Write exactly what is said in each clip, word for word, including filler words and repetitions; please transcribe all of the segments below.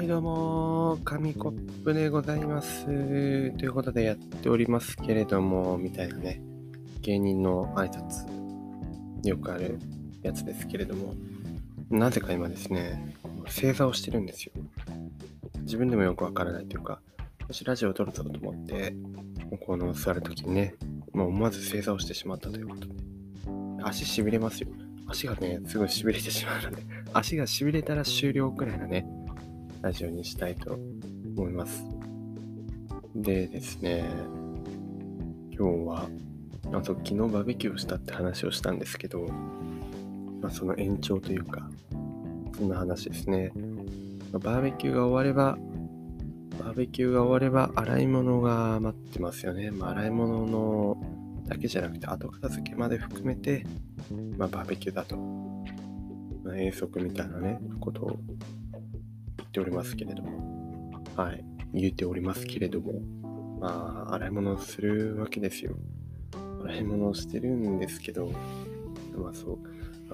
はいどうも、紙コップでございます。ということでやっておりますけれども、みたいなね、芸人の挨拶、よくあるやつですけれども、なぜか今ですね、正座をしてるんですよ。自分でもよくわからないというか、私ラジオを撮るぞと思って、この座るときにね、もう思わず正座をしてしまったということで、足しびれますよ。足がね、すぐしびれてしまうので、足がしびれたら終了くらいのね、ラジオにしたいと思います。でですね、今日は、あと昨日バーベキューをしたって話をしたんですけど、まあ、その延長というか、そんな話ですね。まあ、バーベキューが終われば、バーベキューが終われば洗い物が待ってますよね。まあ、洗い物のだけじゃなくて後片付けまで含めて、まあ、バーベキューだと、まあ、遠足みたいなね、ことを言っておりますけれども、はい、言っておりますけれども、まあ、洗い物をするわけですよ。洗い物をしてるんですけど、まあそう、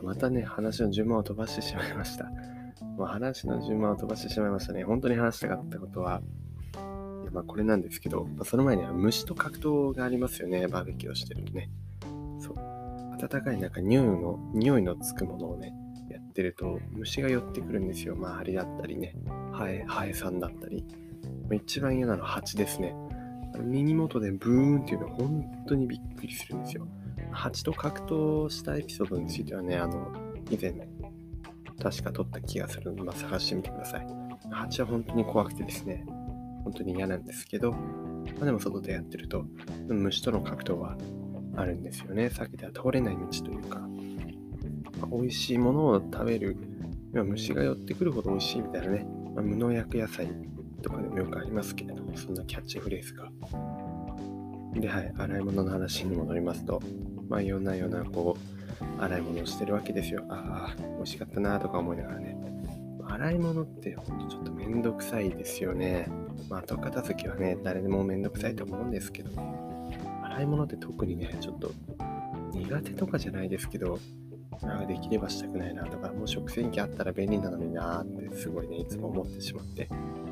またね、話の順番を飛ばしてしまいました。まあ、話の順番を飛ばしてしまいましたね。本当に話したかったことは、いやまあこれなんですけど、まあ、その前には虫と格闘がありますよね、バーベキューをしてるとね。そう。暖かい中、匂いの、匂いのつくものをね、やってると、虫が寄ってくるんですよ。まあ、アリだったりね、ハエ、ハエさんだったり。一番嫌なのはハチですね。耳元でブーンっていうのは本当にびっくりするんですよ。ハチと格闘したエピソードについてはね、あの、以前、確か撮った気がするので、まあ、探してみてください。ハチは本当に怖くてですね、本当に嫌なんですけど、まあ、でも外でやってると、虫との格闘はあるんですよね。避けては通れない道というか、まあ、美味しいものを食べる、虫が寄ってくるほど美味しいみたいなね、まあ、無農薬野菜とかでもよくありますけれども、そんなキャッチフレーズが。で、はい、洗い物の話に戻りますと、まあ、夜な夜なこう、洗い物をしてるわけですよ。ああ、美味しかったなとか思いながらね。洗い物ってほんとちょっとめんどくさいですよね。まあ、後片付けはね、誰でもめんどくさいと思うんですけど、洗い物って特にね、ちょっと苦手とかじゃないですけど、あできればしたくないなとか、もう食洗機あったら便利なのになーってすごいね、いつも思ってしまって、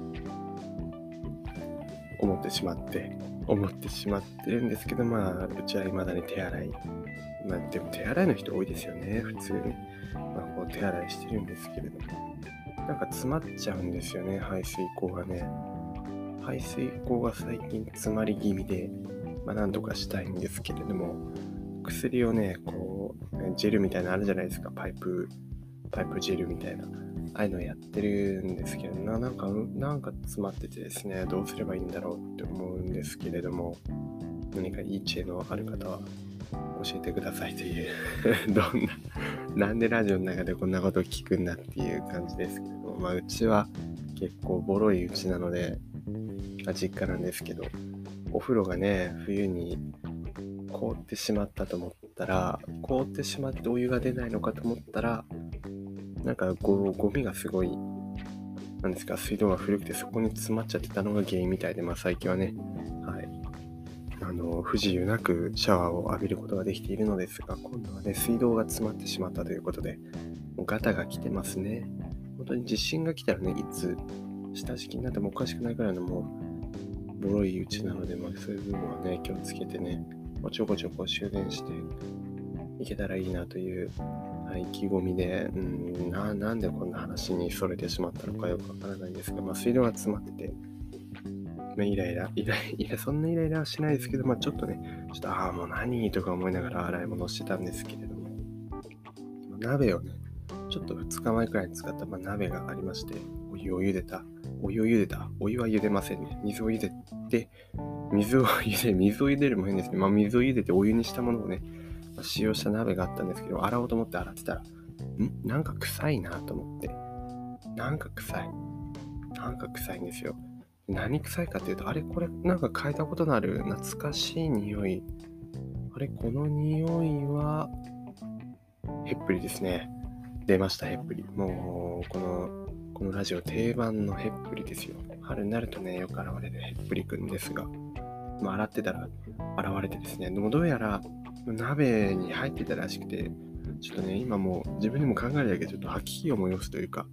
思ってしまって、思ってしまってるんですけど、まあ、うちは未だに手洗い。まあ、でも手洗いの人多いですよね、普通に。まあ、こう手洗いしてるんですけれども。なんか詰まっちゃうんですよね、排水口がね。排水口が最近詰まり気味で、まあ、なんとかしたいんですけれども、薬をね、こう、ジェルみたいなのあるじゃないですか、パイプ、パイプジェルみたいな。ああいうのやってるんですけどな、なんか、なんか詰まっててですね、どうすればいいんだろうって思うんですけれども、何かいい知恵のある方は教えてくださいという、どんな、なんでラジオの中でこんなことを聞くんだっていう感じですけれども、まあ、うちは結構ボロいうちなので、実家なんですけど、お風呂がね、冬に凍ってしまったと思ったら、凍ってしまってお湯が出ないのかと思ったら、なんかゴゴミがすごい、なんですか、水道が古くてそこに詰まっちゃってたのが原因みたいで、まあ最近はね、はい、あの不自由なくシャワーを浴びることができているのですが、今度はね、水道が詰まってしまったということで、もうガタが来てますね。本当に地震が来たらね、いつ下敷きになってもおかしくないくらいのもうボロいうちなので、まあそういう部分はね、気をつけてね、まあ、ちょこちょこ修繕していけたらいいなという、はい、意気込みで、うん、な、なんでこんな話にそれてしまったのかよくわからないんですが、まあ水道が詰まってて、まあ、イライラ、イライラ、そんなイライラはしないですけど、まあちょっとね、ちょっと、ああ、もう何とか思いながら洗い物をしてたんですけれども、鍋をね、ちょっとふつかまえくらいに使った、まあ、鍋がありまして、お湯を茹でた、お湯を茹でた、お湯は茹でませんね。水を茹でて、水を茹で、水を茹でるも変ですね。まあ水を茹でてお湯にしたものをね、まあ、使用した鍋があったんですけど、洗おうと思って洗ってたら、んなんか臭いなと思って、なんか臭い。なんか臭いんですよ。何臭いかっていうと、あれこれなんか嗅いだことのある懐かしい匂い。あれこの匂いは、へっぷりですね。出ました、へっぷり。もう、この、このラジオ定番のへっぷりですよ。春になるとね、よく現れるへっぷりくんですが、まあ、洗ってたら現れてですね、でもどうやら鍋に入ってたらしくて、ちょっとね、今もう自分でも考えるだけでちょっと吐き気を催すというか、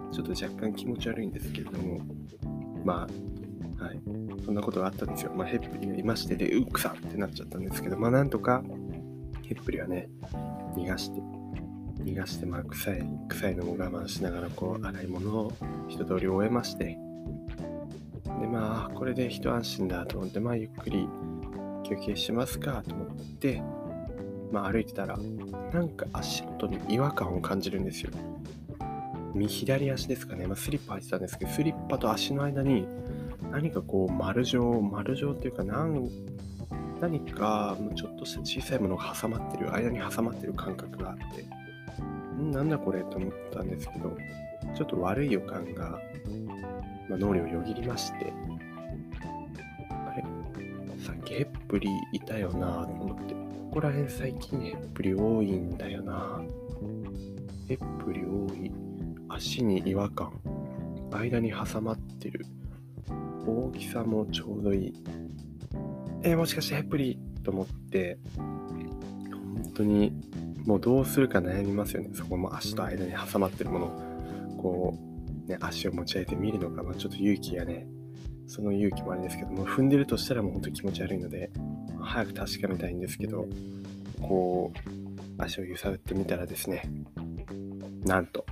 ちょっと若干気持ち悪いんですけれども、まあ、はい。そんなことがあったんですよ。まあ、ヘップリがいまして、で、うっくさってなっちゃったんですけど、まあ、なんとか、ヘップリはね、逃がして、逃がして、まあ、臭い、臭いのも我慢しながら、こう、洗い物を一通り終えまして、で、まあ、これで一安心だと思って、まあ、ゆっくり休憩しますかと思って、まあ、歩いてたら、なんか足元に違和感を感じるんですよ。右左足ですかね、まあ、スリッパ履いてたんですけど、スリッパと足の間に何かこう丸状、丸状っていうか何、何かちょっとした小さいものが挟まってる、間に挟まってる感覚があって、んなんだこれと思ったんですけど、ちょっと悪い予感が、まあ、脳裏をよぎりまして、あれさっきヘップリいたよなと思って、ここら辺最近ヘップリ多いんだよな。ヘップリ多い。足に違和感。間に挟まってる。大きさもちょうどいい。えー、もしかしてヘップリと思って、本当にもうどうするか悩みますよね。そこも足と間に挟まってるものを、こう、ね、足を持ち上げて見るのか、まあ、ちょっと勇気がね、その勇気もあれですけども、踏んでるとしたらもう本当に気持ち悪いので、早く確かめたいんですけど、こう、足を揺さぶってみたらですね、なんと、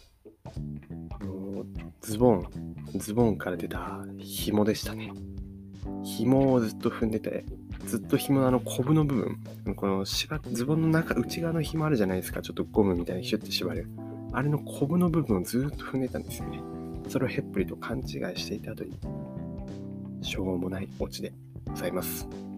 ズボン、ズボンから出た紐でしたね。紐をずっと踏んでて、ずっと紐のあのコブの部分、この縛っズボンの中、内側の紐あるじゃないですか、ちょっとゴムみたいにヒュッて縛る。あれのコブの部分をずっと踏んでたんですよね。それをヘップリと勘違いしていたという、しょうもないオチでございます。